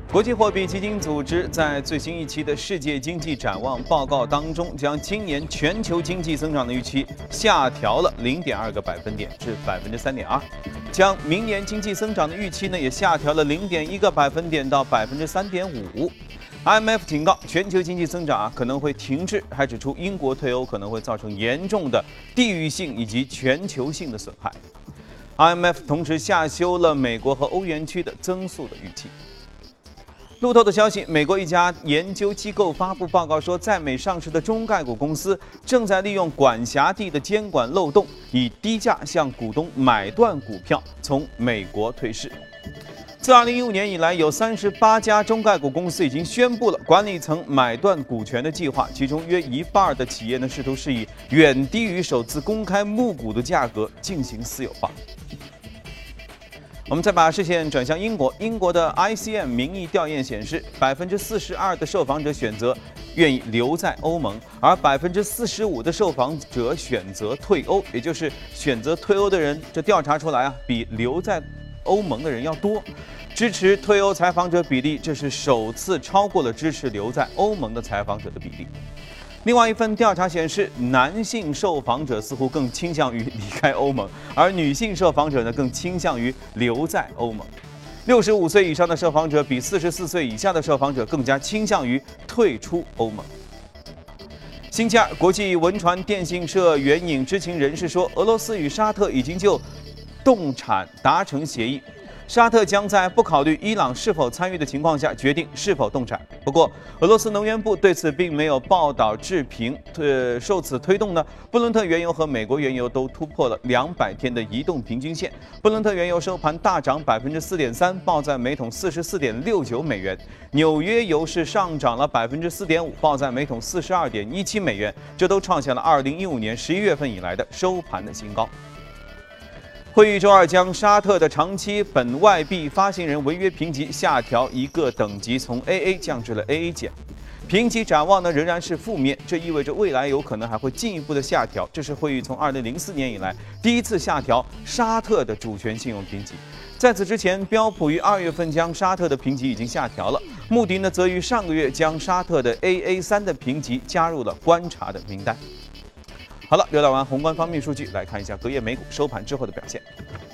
国际货币基金组织在最新一期的世界经济展望报告当中，将今年全球经济增长的预期下调了0.2个百分点至3.2%，将明年经济增长的预期呢也下调了0.1个百分点到3.5%。IMF 警告全球经济增长可能会停滞，还指出英国退欧可能会造成严重的地域性以及全球性的损害。IMF 同时下修了美国和欧元区的增速的预期。路透的消息，美国一家研究机构发布报告说，在美上市的中概股公司正在利用管辖地的监管漏洞，以低价向股东买断股票，从美国退市。自2015年以来，有38家中概股公司已经宣布了管理层买断股权的计划，其中约一半的企业呢试图是以远低于首次公开募股的价格进行私有化。我们再把视线转向英国，英国的 ICM 民意调研显示，42%的受访者选择愿意留在欧盟，而45%的受访者选择退欧，也就是选择退欧的人，这调查出来比留在欧盟的人要多。支持退欧采访者比例，这是首次超过了支持留在欧盟的采访者的比例。另外一份调查显示，男性受访者似乎更倾向于离开欧盟，而女性受访者呢更倾向于留在欧盟。65岁以上的受访者比44岁以下的受访者更加倾向于退出欧盟。星期二，国际文传电信社援引知情人士说，俄罗斯与沙特已经就动产达成协议。沙特将在不考虑伊朗是否参与的情况下决定是否动产。不过，俄罗斯能源部对此并没有报道置评。受此推动呢，布伦特原油和美国原油都突破了200天的移动平均线。布伦特原油收盘大涨4.3%，报在每桶44.69美元。纽约油市上涨了4.5%，报在每桶42.17美元，这都创下了2015年11月份以来的收盘的新高。会议周二将沙特的长期本外币发行人违约评级下调一个等级，从 AA 降至了 AA 减。评级展望呢仍然是负面，这意味着未来有可能还会进一步的下调。这是会议从2004年以来第一次下调沙特的主权信用评级。在此之前，标普于2月份将沙特的评级已经下调了，穆迪呢则于上个月将沙特的 AA3 的评级加入了观察的名单。好了，浏览完宏观方面数据，来看一下隔夜美股收盘之后的表现。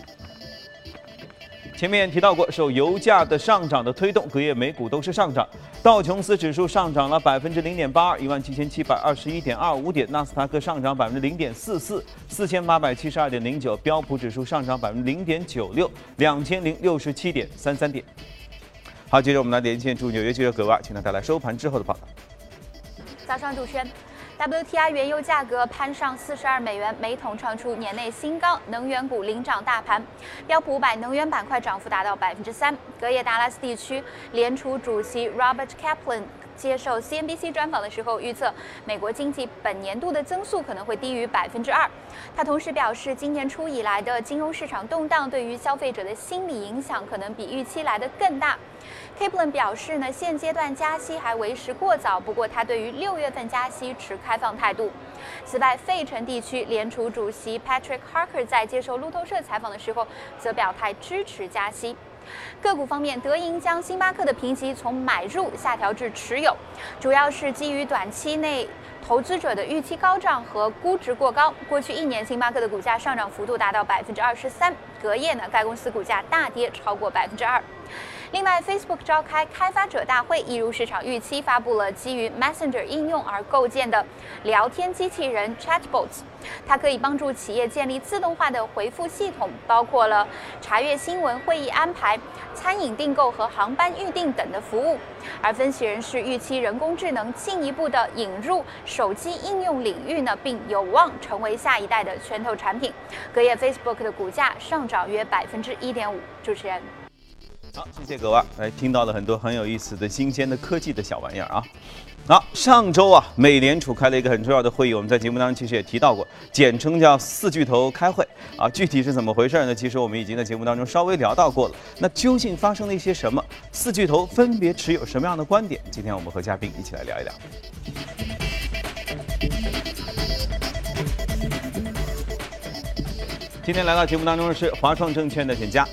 前面提到过，受油价的上涨的推动，隔夜美股都是上涨。道琼斯指数上涨了0.82%，17821.25点；纳斯达克上涨0.44%，4872.09；标普指数上涨0.96%，2067.33点。好，接着我们来连线驻纽约记者葛娃，请他带来收盘之后的报道。 早上主持人。WTI 原油价格攀上42美元每桶，创出年内新高。能源股领涨大盘，标普500能源板块涨幅达到3%。隔夜，达拉斯地区联储主席 Robert Kaplan 接受 CNBC 专访的时候，预测美国经济本年度的增速可能会低于2%。他同时表示，今年初以来的金融市场动荡对于消费者的心理影响可能比预期来得更大。Kaplan 表示呢，现阶段加息还为时过早，不过他对于6月份加息持开放态度。此外，费城地区联储主席 Patrick Harker 在接受路透社采访的时候，则表态支持加息。个股方面，德银将星巴克的评级从买入下调至持有，主要是基于短期内投资者的预期高涨和估值过高。过去1年，星巴克的股价上涨幅度达到23%，隔夜呢，该公司股价大跌超过2%。另外 ，Facebook 召开开发者大会，一如市场预期，发布了基于 Messenger 应用而构建的聊天机器人 Chatbots。它可以帮助企业建立自动化的回复系统，包括了查阅新闻、会议安排、餐饮订购和航班预订等的服务。而分析人士预期人工智能进一步的引入手机应用领域呢，并有望成为下一代的拳头产品。隔夜 Facebook 的股价上涨约1.5%。主持人。 好，谢谢葛娃，来听到了很多很有意思的新鲜的科技的小玩意儿啊。好，上周美联储开了一个很重要的会议，我们在节目当中其实也提到过，简称叫4巨头开会啊。具体是怎么回事呢？其实我们已经在节目当中稍微聊到过了。那究竟发生了一些什么？4巨头分别持有什么样的观点？今天我们和嘉宾一起来聊一聊。今天来到节目当中的是华创证券的简佳。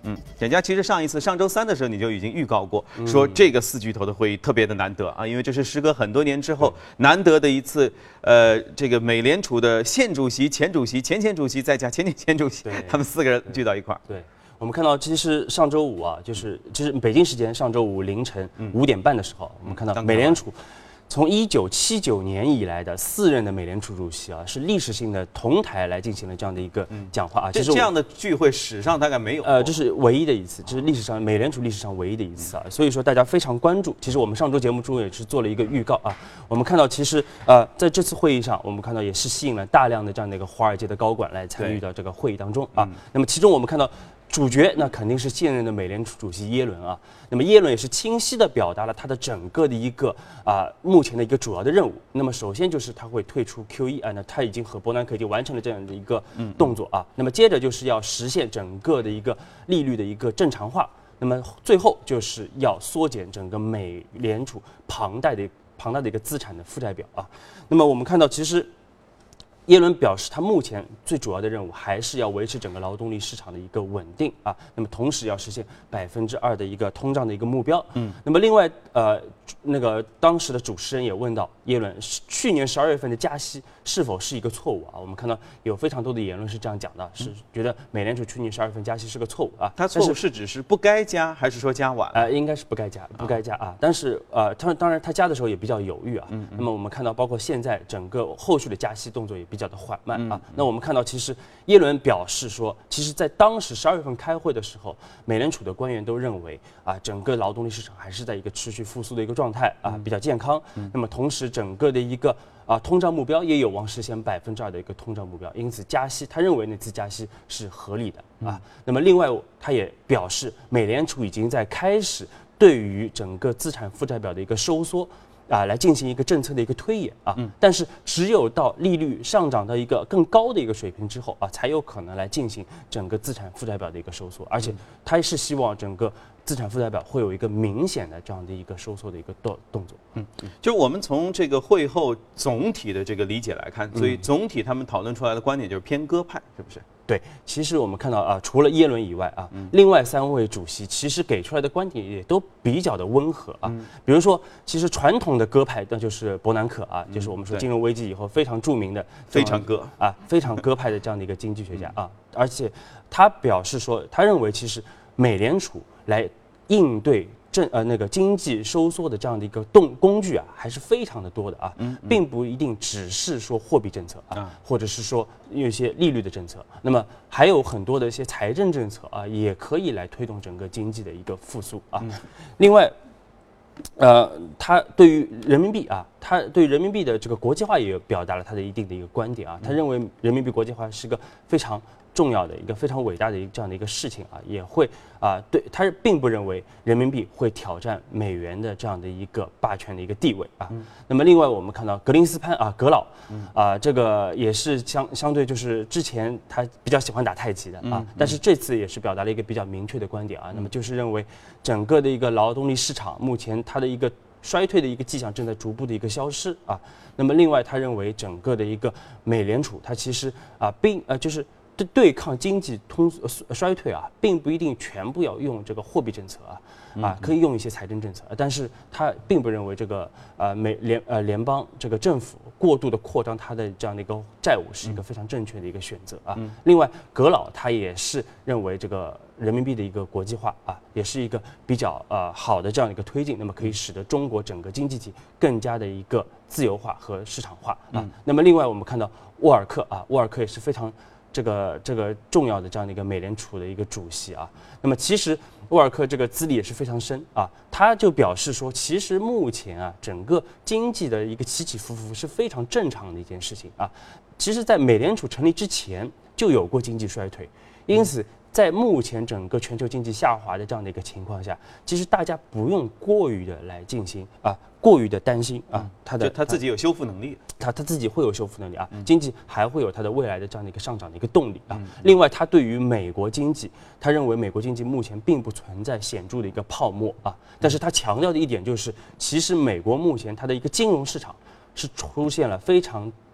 简家其实上周三的时候你就已经预告过，说这个4巨头的会议特别的难得啊，因为这是时隔很多年之后难得的一次，这个美联储的现主席、前主席、前主席再加前主席，他们4个人聚到一块儿。 对。我们看到，其实上周五啊，就是北京时间上周五凌晨5点半的时候，我们看到美联储从1979年以来的4任的美联储主席啊，是历史性的同台来进行了这样的一个讲话啊。 这样的聚会史上大概没有。 这是唯一的一次，这是美联储历史上唯一的一次啊。所以说大家非常关注。其实我们上周节目中也是做了一个预告啊。我们看到，其实在这次会议上，我们看到也是吸引了大量的这样的一个华尔街的高管来参与到这个会议当中啊。那么其中我们看到。主角那肯定是现任的美联储主席耶伦啊。那么耶伦也是清晰地表达了他的整个的一个目前的一个主要的任务。那么首先就是他会退出 QE 啊，那他已经和伯南克已经完成了这样的一个动作啊。那么接着就是要实现整个的一个利率的一个正常化。那么最后就是要缩减整个美联储庞大的一个资产的负债表啊。那么我们看到其实。耶伦表示，他目前最主要的任务还是要维持整个劳动力市场的一个稳定啊，那么同时要实现2%的一个通胀的一个目标。那么另外那个当时的主持人也问到耶伦，去年12月份的加息是否是一个错误啊？我们看到有非常多的言论是这样讲的，是觉得美联储去年12月份加息是个错误啊。 它错误是指是不该加，还是说加晚？ 应该是不该加啊。但是当然他加的时候也比较犹豫啊。那么我们看到，包括现在整个后续的加息动作也比较的缓慢啊。那我们看到，其实耶伦表示说，其实在当时12月份开会的时候，美联储的官员都认为啊，整个劳动力市场还是在一个持续复苏的一个状态啊，比较健康。那么同时，整个的一个通胀目标也有望实现2%的一个通胀目标，因此加息，他认为那次加息是合理的啊。那么另外，他也表示，美联储已经在开始对于整个资产负债表的一个收缩。来进行一个政策的一个推演啊，但是只有到利率上涨到一个更高的一个水平之后啊，才有可能来进行整个资产负债表的一个收缩，而且他是希望整个资产负债表会有一个明显的这样的一个收缩的一个动作。 就是我们从这个会后总体的这个理解来看，所以总体他们讨论出来的观点就是偏鸽派，是不是？ 对，其实我们看到除了耶伦以外啊，另外3位主席其实给出来的观点也都比较的温和啊。比如说，其实传统的鸽派那就是伯南克啊，就是我们说金融危机以后非常著名的非常鸽派的这样的一个经济学家啊。而且他表示说，他认为其实美联储来应对那个经济收缩的这样的一个工具啊，还是非常的多的啊，并不一定只是说货币政策啊，或者是说有一些利率的政策，那么还有很多的一些财政政策啊，也可以来推动整个经济的一个复苏啊。另外，他对于人民币啊，他对人民币的这个国际化也表达了他的一定的一个观点啊，他认为人民币国际化是个非常重要的一个非常伟大的这样的一个事情啊，也会对他并不认为人民币会挑战美元的这样的一个霸权的一个地位啊。那么另外我们看到格林斯潘啊，格老这个也是相对就是之前他比较喜欢打太极的啊，但是这次也是表达了一个比较明确的观点啊，那么就是认为整个的一个劳动力市场目前它的一个衰退的一个迹象正在逐步的一个消失啊。那么另外他认为整个的一个美联储它其实就是对抗经济衰退啊，并不一定全部要用这个货币政策可以用一些财政政策，但是他并不认为这个联邦这个政府过度的扩张它的这样的一个债务是一个非常正确的一个选择啊。另外，格老他也是认为这个人民币的一个国际化啊，也是一个比较好的这样的一个推进，那么可以使得中国整个经济体更加的一个自由化和市场化啊。那么另外我们看到沃尔克也是非常这个重要的这样的一个美联储的一个主席啊。那么其实沃尔克这个资历也是非常深啊，他就表示说，其实目前啊整个经济的一个起起伏伏是非常正常的一件事情啊。其实，在美联储成立之前就有过经济衰退，因此在目前整个全球经济下滑的这样的一个情况下，其实大家不用过于的来进行过于的担心啊，他自己有修复能力， 他自己会有修复能力啊，经济还会有它的未来的这样的一个上涨的一个动力啊。另外，他对于美国经济，他认为美国经济目前并不存在显著的一个泡沫啊，但是他强调的一点就是，其实美国目前它的一个金融市场是出现了非常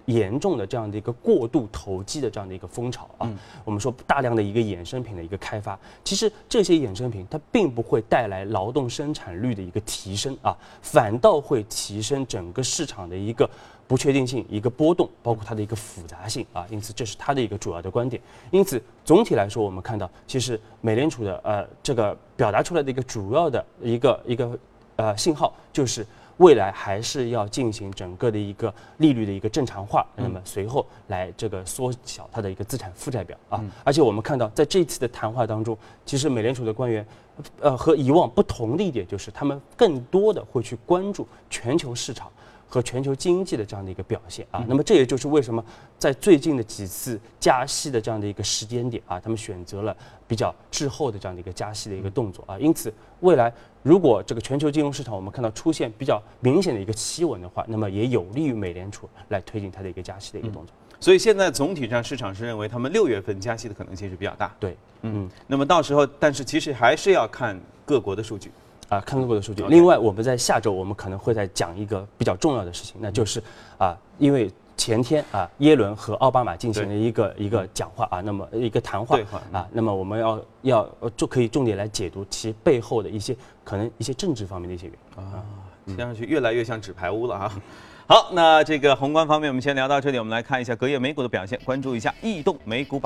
严重的这样的一个过度投机的这样的一个风潮啊。我们说大量的一个衍生品的一个开发，其实这些衍生品它并不会带来劳动生产率的一个提升啊，反倒会提升整个市场的一个不确定性、一个波动，包括它的一个复杂性啊。因此，这是它的一个主要的观点。因此，总体来说，我们看到其实美联储的这个表达出来的一个主要的一个信号就是。未来还是要进行整个的一个利率的一个正常化，那么随后来这个缩小它的一个资产负债表啊。而且我们看到，在这次的谈话当中，其实美联储的官员，和以往不同的一点就是，他们更多的会去关注全球市场和全球经济的这样的一个表现啊。那么这也就是为什么在最近的几次加息的这样的一个时间点啊，他们选择了比较滞后的这样的一个加息的一个动作啊。因此，未来如果这个全球金融市场我们看到出现比较明显的一个企稳的话，那么也有利于美联储来推进它的一个加息的一个动作。 所以现在总体上市场是认为他们6月份加息的可能性是比较大。 对， 那么到时候，但是其实还是要看各国的数据。 看各国的数据。另外，我们在下周我们可能会再讲一个比较重要的事情，那就是因为前天耶伦和奥巴马进行了一个讲话啊，那么一个谈话啊，那么我们就可以重点来解读其背后的一些可能一些政治方面的一些原因啊， 听上去越来越像纸牌屋了啊。好，那这个宏观方面我们先聊到这里，我们来看一下隔夜美股的表现，关注一下异动美股榜。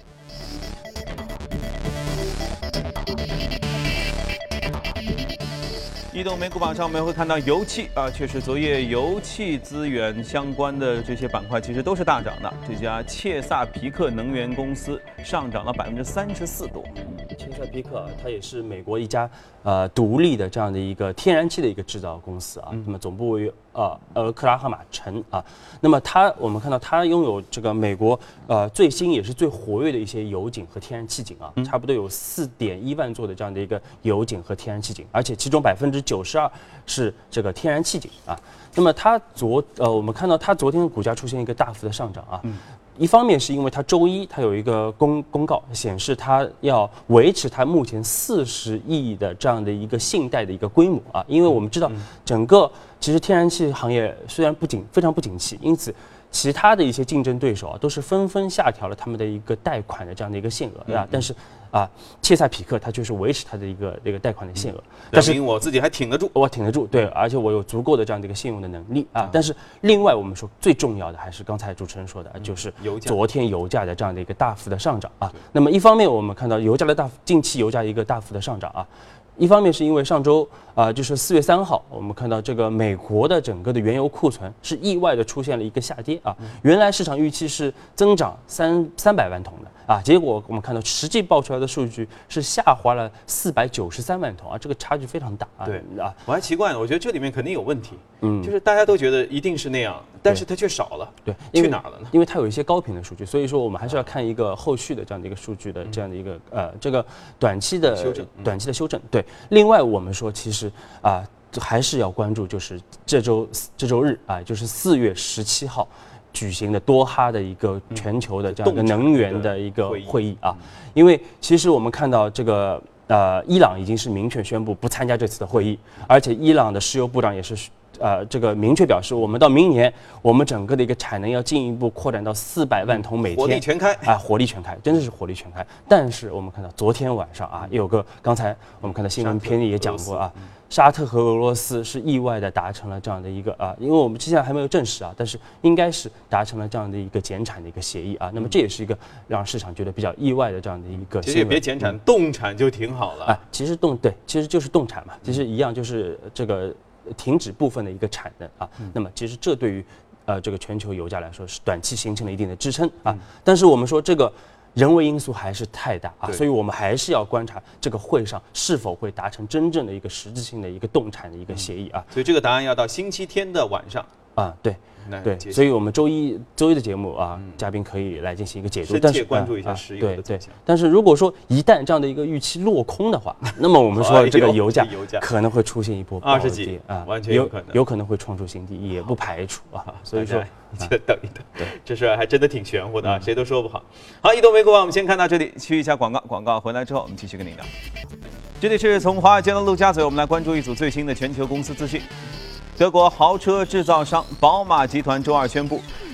移动美股榜上，我们会看到油气确实昨夜油气资源相关的这些板块其实都是大涨的。这家切萨皮克能源公司上涨了34%多。 切萨皮克它也是美国一家独立的这样的一个天然气的一个制造公司啊，那么总部位于俄克拉荷马城啊。那么我们看到它拥有这个美国最新也是最活跃的一些油井和天然气井啊，差不多有4.1万座的这样的一个油井和天然气井，而且其中92%是这个天然气井啊。那么我们看到它昨天的股价出现一个大幅的上涨啊。一方面是因为它周一它有一个公告显示它要维持它目前40亿的这样的一个信贷的一个规模啊，因为我们知道整个其实天然气行业虽然非常不景气，因此其他的一些竞争对手都是纷纷下调了他们的一个贷款的这样的一个限额啊，但是切萨皮克它就是维持它的一个贷款的限额， 但是我自己还挺得住， 我挺得住，对，而且我有足够的这样的一个信用的能力啊。但是另外我们说最重要的还是刚才主持人说的，就是昨天油价的这样的一个大幅的上涨啊。那么一方面我们看到油价的近期油价一个大幅的上涨啊。一方面是因为上周就是4月3号，我们看到这个美国的整个的原油库存是意外的出现了一个下跌啊。原来市场预期是增长300万桶的结果我们看到实际报出来的数据是下滑了493万桶啊，这个差距非常大啊。 对我还奇怪呢，我觉得这里面肯定有问题，就是大家都觉得一定是那样，但是它却少了， 对， 去哪儿了呢？ 因为它有一些高频的数据，所以说我们还是要看一个后续的这样的一个数据的这样的一个这个短期的修正，对。另外，我们说其实还是要关注，就是这周日就是4月17号举行的多哈的一个全球的这样一个能源的一个会议啊。因为其实我们看到这个伊朗已经是明确宣布不参加这次的会议，而且伊朗的石油部长也是这个明确表示，我们到明年我们整个的一个产能要进一步扩展到400万桶每天， 火力全开火力全开，真的是火力全开。但是我们看到昨天晚上有个刚才我们看到新闻片里也讲过沙特和俄罗斯是意外的达成了这样的一个因为我们之前还没有证实但是应该是达成了这样的一个减产的一个协议那么这也是一个让市场觉得比较意外的这样的一个。 其实也别减产，冻产就挺好了其实其实就是冻产嘛，其实一样就是这个停止部分的一个产能那么其实这对于这个全球油价来说是短期形成了一定的支撑但是我们说这个人为因素还是太大所以我们还是要观察这个会上是否会达成真正的一个实质性的一个冻产的一个协议所以这个答案要到星期天的晚上对，所以我们周一的节目嘉宾可以来进行一个解读， 深切关注一下石油的走向。 但是如果说一旦这样的一个预期落空的话，那么我们说这个油价可能会出现一波暴跌完全有可能会创出新低，也不排除所以说你就等一等，这事还真的挺玄乎的谁都说不好。好，移动美股我们先看到这里，去一下广告回来之后我们继续跟您聊。这里是从华尔街到陆家嘴，我们来关注一组最新的全球公司资讯。德国豪车制造商宝马集团周二宣布，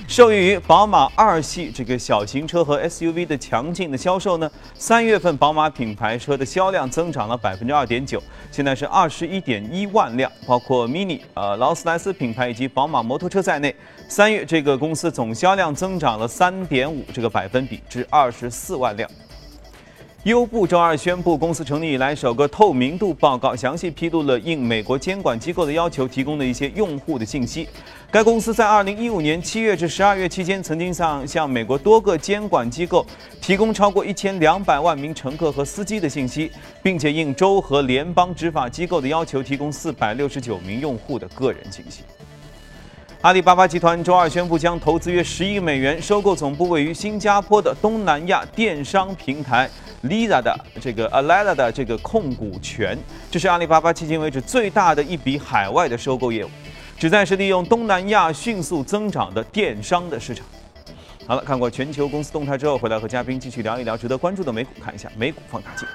受益于宝马2系这个小型车和 SUV 的强劲的销售呢，3月份宝马品牌车的销量增长了2.9%，现在是21.1万辆，包括 Mini、劳斯莱斯品牌以及宝马摩托车在内，3月这个公司总销量增长了3.5%这个百分比至24万辆。优步周二宣布，公司成立以来首个透明度报告，详细披露了应美国监管机构的要求提供的一些用户的信息。该公司在2015年7月至12月期间，曾经向美国多个监管机构提供超过1200万名乘客和司机的信息，并且应州和联邦执法机构的要求提供469名用户的个人信息。阿里巴巴集团周二宣布将投资约10亿美元收购总部位于新加坡的东南亚电商平台 Alibaba 的这个控股权，这是阿里巴巴迄今为止最大的一笔海外的收购业务，旨在是利用东南亚迅速增长的电商的市场。好了，看过全球公司动态之后，回来和嘉宾继续聊一聊值得关注的美股，看一下美股放大镜。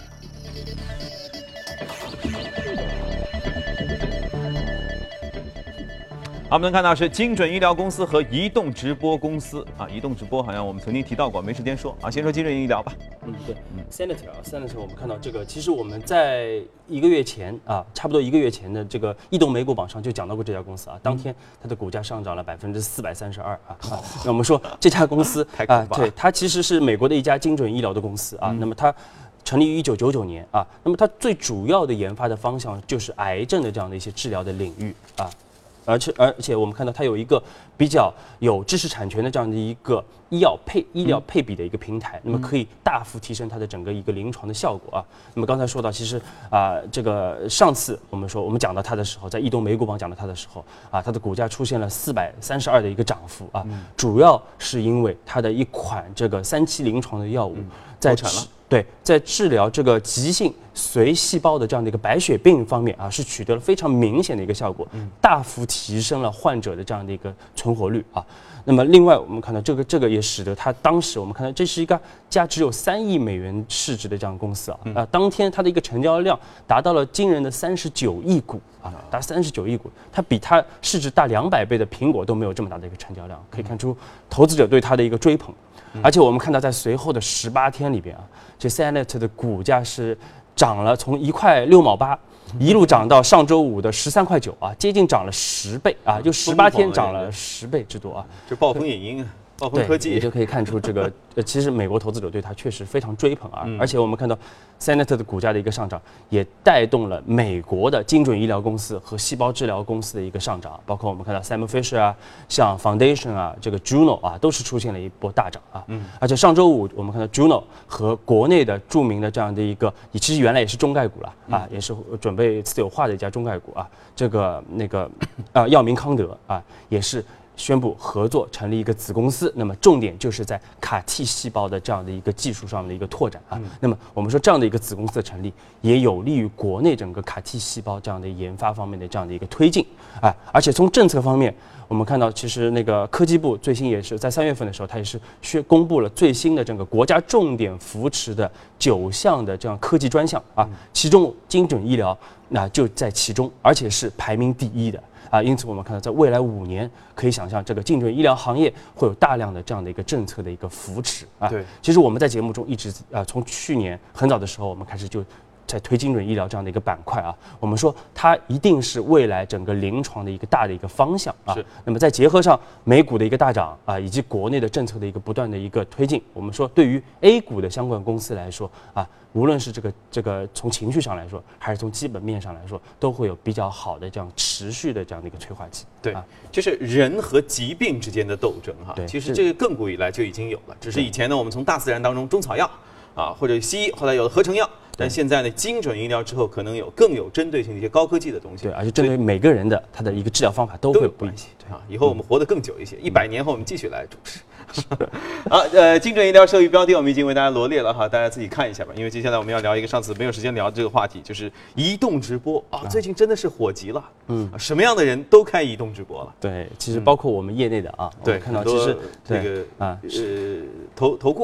好，我们能看到是精准医疗公司和移动直播公司啊。移动直播好像我们曾经提到过，没时间说啊。先说精准医疗吧。 对 ，Senator 我们看到这个，其实我们在1个月前啊，差不多1个月前的这个移动美股榜上就讲到过这家公司啊。当天它的股价上涨了432%啊。那我们说这家公司啊，对，它其实是美国的一家精准医疗的公司啊。那么它成立于1999年啊。那么它最主要的研发的方向就是癌症的这样的一些治疗的领域啊。而且我们看到它有一个比较有知识产权的这样的一个医疗配比的一个平台，那么可以大幅提升它的整个一个临床的效果啊。那么刚才说到，其实这个上次我们讲到它的时候，在移动美股榜讲到它的时候啊，它的股价出现了432%的一个涨幅啊，主要是因为它的一款这个3期临床的药物在治疗这个急性髓细胞的这样的一个白血病方面啊，是取得了非常明显的一个效果，大幅提升了患者的这样的一个存活率啊。那么另外我们看到这个也使得它当时我们看到这是一家只有3亿美元市值的这样的公司啊，当天它的一个成交量达到了惊人的39亿股啊，达39亿股，它比它市值大200倍的苹果都没有这么大的一个成交量，可以看出投资者对它的一个追捧。而且我们看到在随后的18天里边啊，这 Senet 的股价是涨了从1块6毛8一路涨到上周五的13块9啊，接近涨了10倍啊，就18天涨了10倍之多啊， 这暴风影音啊。暴风科技， 也就可以看出这个其实美国投资者对它确实非常追捧啊，而且我们看到 Senet 的股价的一个上涨，也带动了美国的精准医疗公司和细胞治疗公司的一个上涨，包括我们看到 Thermo Fisher 啊，像 Foundation 啊，这个 Juno 啊，都是出现了一波大涨啊。而且上周五我们看到 Juno 和国内的著名的这样的一个，其实原来也是中概股了啊，也是准备私有化的一家中概股啊，这个药明康德啊，也是宣布合作成立一个子公司，那么重点就是在卡 T 细胞的这样的一个技术上的一个拓展啊。那么我们说这样的一个子公司的成立，也有利于国内整个卡 T 细胞这样的研发方面的这样的一个推进啊。而且从政策方面，我们看到其实那个科技部最新也是在3月份的时候，它也是公布了最新的整个国家重点扶持的9项的这样科技专项啊，其中精准医疗那就在其中，而且是排名第1的。因此我们看到在未来5年，可以想象这个精准医疗行业会有大量的这样的一个政策的一个扶持啊。对，其实我们在节目中一直从去年很早的时候，我们开始就在推精准医疗这样的一个板块啊，我们说它一定是未来整个临床的一个大的一个方向啊。那么再结合上美股的一个大涨啊，以及国内的政策的一个不断的一个推进，我们说对于 A 股的相关公司来说啊，无论是这个从情绪上来说，还是从基本面上来说，都会有比较好的这样持续的这样的一个催化剂。 对，就是人和疾病之间的斗争哈。其实这个亘古以来就已经有了，只是以前呢，我们从大自然当中中草药啊或者西医，后来有了合成药。但现在呢，精准医疗之后，可能更有针对性的一些高科技的东西。 对，而且针对每个人的他的一个治疗方法都会不一样。 对啊，以后我们活得更久一些，100年后我们继续来主持。好，精准医疗受益标的我们已经为大家罗列了哈，大家自己看一下吧。因为接下来我们要聊一个上次没有时间聊的这个话题，就是移动直播啊，最近真的是火极了。什么样的人都开移动直播了。 对，其实包括我们业内的啊， 对， 看到其实这个投顾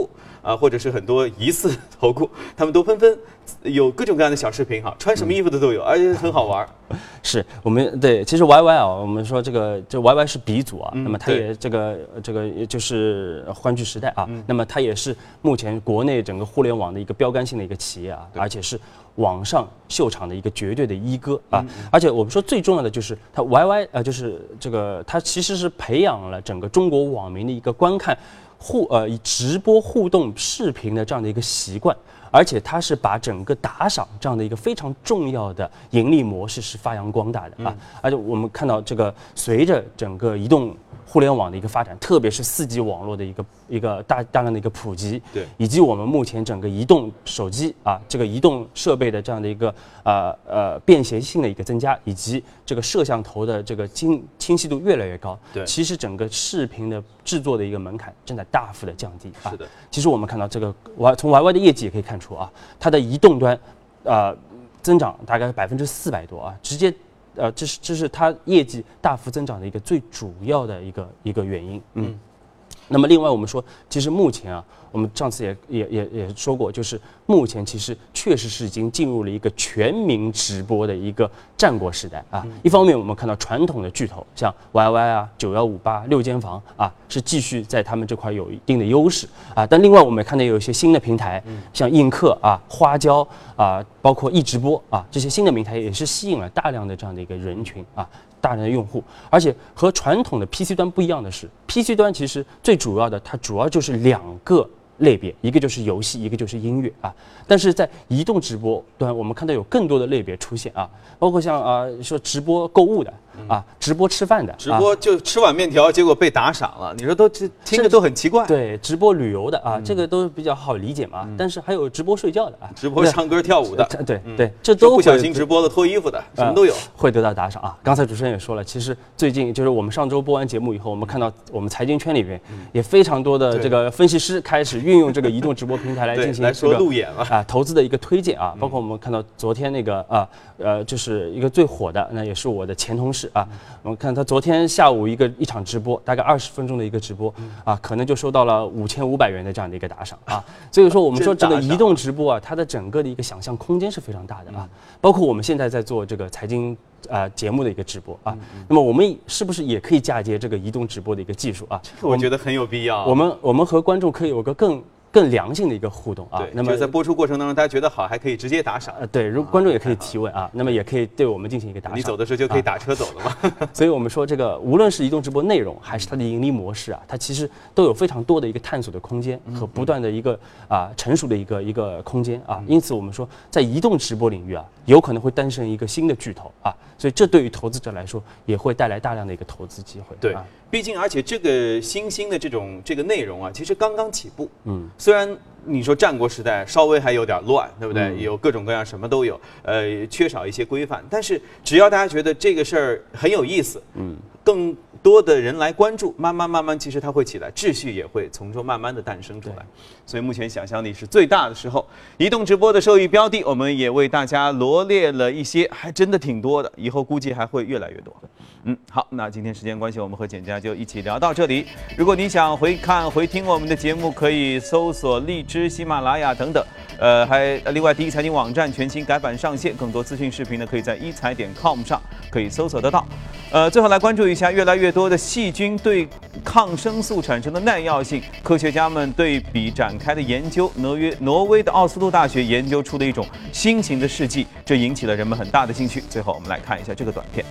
或者是很多疑似投顾，他们都纷纷有各种各样的小视频哈，穿什么衣服的都有，而且很好玩。 是我们对，其实 YY 啊，我们说这 YY 是鼻祖啊，那么它也这个也就是欢聚时代啊，那么它也是目前国内整个互联网的一个标杆性的一个企业啊，而且是网上秀场的一个绝对的一哥啊，而且我们说最重要的就是它 YY 就是它其实是培养了整个中国网民的一个观看以直播互动视频的这样的一个习惯。而且它是把整个打赏这样的一个非常重要的盈利模式是发扬光大的啊！而且我们看到随着整个移动互联网的一个发展，特别是4G 网络的一个大量的一个普及， 对，以及我们目前整个移动手机啊这个移动设备的这样的一个便携性的一个增加，以及这个摄像头的这个清晰度越来越高， 对， 其实整个视频的制作的一个门槛正在大幅的降低啊！ 是的， 其实我们看到从 YY 的业绩也可以看出啊，它的移动端增长大概400%多啊，直接这是它业绩大幅增长的一个最主要的一个原因。那么另外我们说，其实目前啊，我们上次也说过，就是目前其实确实是已经进入了一个全民直播的一个战国时代啊。一方面我们看到传统的巨头像 YY 啊、9158、6间房啊，是继续在他们这块有一定的优势啊。但另外我们也看到有一些新的平台，像映客啊、花椒啊，包括易直播啊，这些新的平台也是吸引了大量的这样的一个人群啊。大量的用户，而且和传统的 PC 端不一样的是 ，PC 端其实最主要的，它主要就是2个类别，一个就是游戏，一个就是音乐啊。但是在移动直播端，我们看到有更多的类别出现啊，包括像说直播购物的啊，直播吃饭的， 直播就吃碗面条，结果被打赏了，你说听着都很奇怪。 对，直播旅游的啊，这个都比较好理解嘛。但是还有直播睡觉的啊， 直播唱歌跳舞的， 对，这都不小心直播了脱衣服的，什么都有， 会得到打赏啊。刚才主持人也说了，其实最近就是我们上周播完节目以后，我们看到我们财经圈里面也非常多的这个分析师开始运用这个移动直播平台来进行来说路演了投资的一个推荐啊。包括我们看到昨天那个就是一个最火的，那也是我的前同事啊。我们看他昨天下午一场直播，大概20分钟的一个直播啊，可能就收到了5500元的这样的一个打赏啊。所以说我们说这个移动直播啊，它的整个的一个想象空间是非常大的啊。包括我们现在在做这个财经节目的一个直播啊，那么我们是不是也可以嫁接这个移动直播的一个技术啊？ 我觉得很有必要。 我们和观众可以有个更良性的一个互动啊。 对，那么在播出过程当中，大家觉得好，还可以直接打赏。 对，如果观众也可以提问啊，那么也可以对我们进行一个打赏。 你走的时候就可以打车走了嘛。 所以我们说这个，无论是移动直播内容还是它的盈利模式啊，它其实都有非常多的一个探索的空间和不断的一个成熟的一个空间啊。因此我们说，在移动直播领域啊，有可能会诞生一个新的巨头啊。所以这对于投资者来说，也会带来大量的一个投资机会。 对，毕竟而且这个新兴的这个内容啊，其实刚刚起步。虽然你说战国时代稍微还有点乱，对不对？有各种各样什么都有，缺少一些规范。但是只要大家觉得这个事儿很有意思，更多的人来关注，慢慢，其实它会起来，秩序也会从中慢慢的诞生出来。所以目前想象力是最大的时候。移动直播的受益标的，我们也为大家罗列了一些，还真的挺多的，以后估计还会越来越多。好，那今天时间关系，我们和简家就一起聊到这里。如果你想回看、回听我们的节目，可以搜索荔枝、喜马拉雅等等。另外，第一财经网站全新改版上线，更多资讯视频呢，可以在一财.com 上可以搜索得到。最后来关注一下越来越多的细菌对抗生素产生的耐药性，科学家们对比展开的研究，挪威的奥斯陆大学研究出的一种新型的试剂，这引起了人们很大的兴趣。最后，我们来看一下这个短片。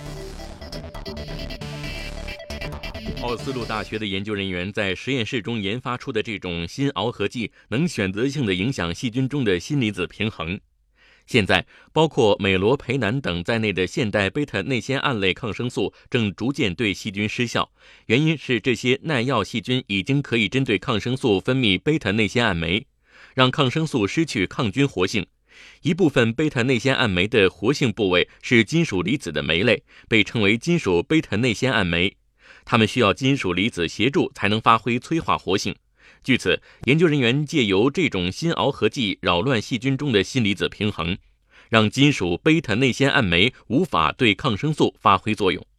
奥斯陆大学的研究人员在实验室中研发出的这种新螯合剂，能选择性地影响细菌中的锌离子平衡。现在，包括美罗培南等在内的现代贝塔内酰胺类抗生素正逐渐对细菌失效，原因是这些耐药细菌已经可以针对抗生素分泌贝塔内酰胺酶，让抗生素失去抗菌活性。一部分贝塔内酰胺酶的活性部位是金属离子的酶类，被称为金属贝塔内酰胺酶。它们需要金属离子协助才能发挥催化活性。据此，研究人员借由这种新螯合剂扰乱细菌中的锌离子平衡，让金属贝塔内酰胺酶无法对抗生素发挥作用。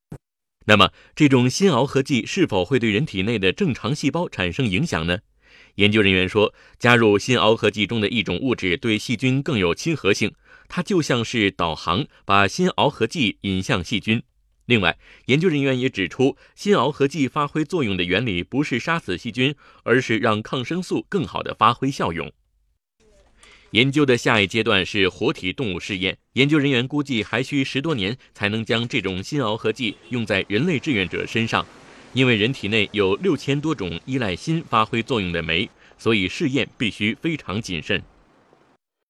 那么，这种新螯合剂是否会对人体内的正常细胞产生影响呢？ 研究人员说，加入新螯合剂中的一种物质对细菌更有亲和性，它就像是导航，把新螯合剂引向细菌。另外，研究人员也指出，新螯合剂发挥作用的原理不是杀死细菌，而是让抗生素更好地发挥效用。研究的下一阶段是活体动物试验，研究人员估计还需10多年才能将这种新螯合剂用在人类志愿者身上。因为人体内有6000多种依赖锌发挥作用的酶，所以试验必须非常谨慎。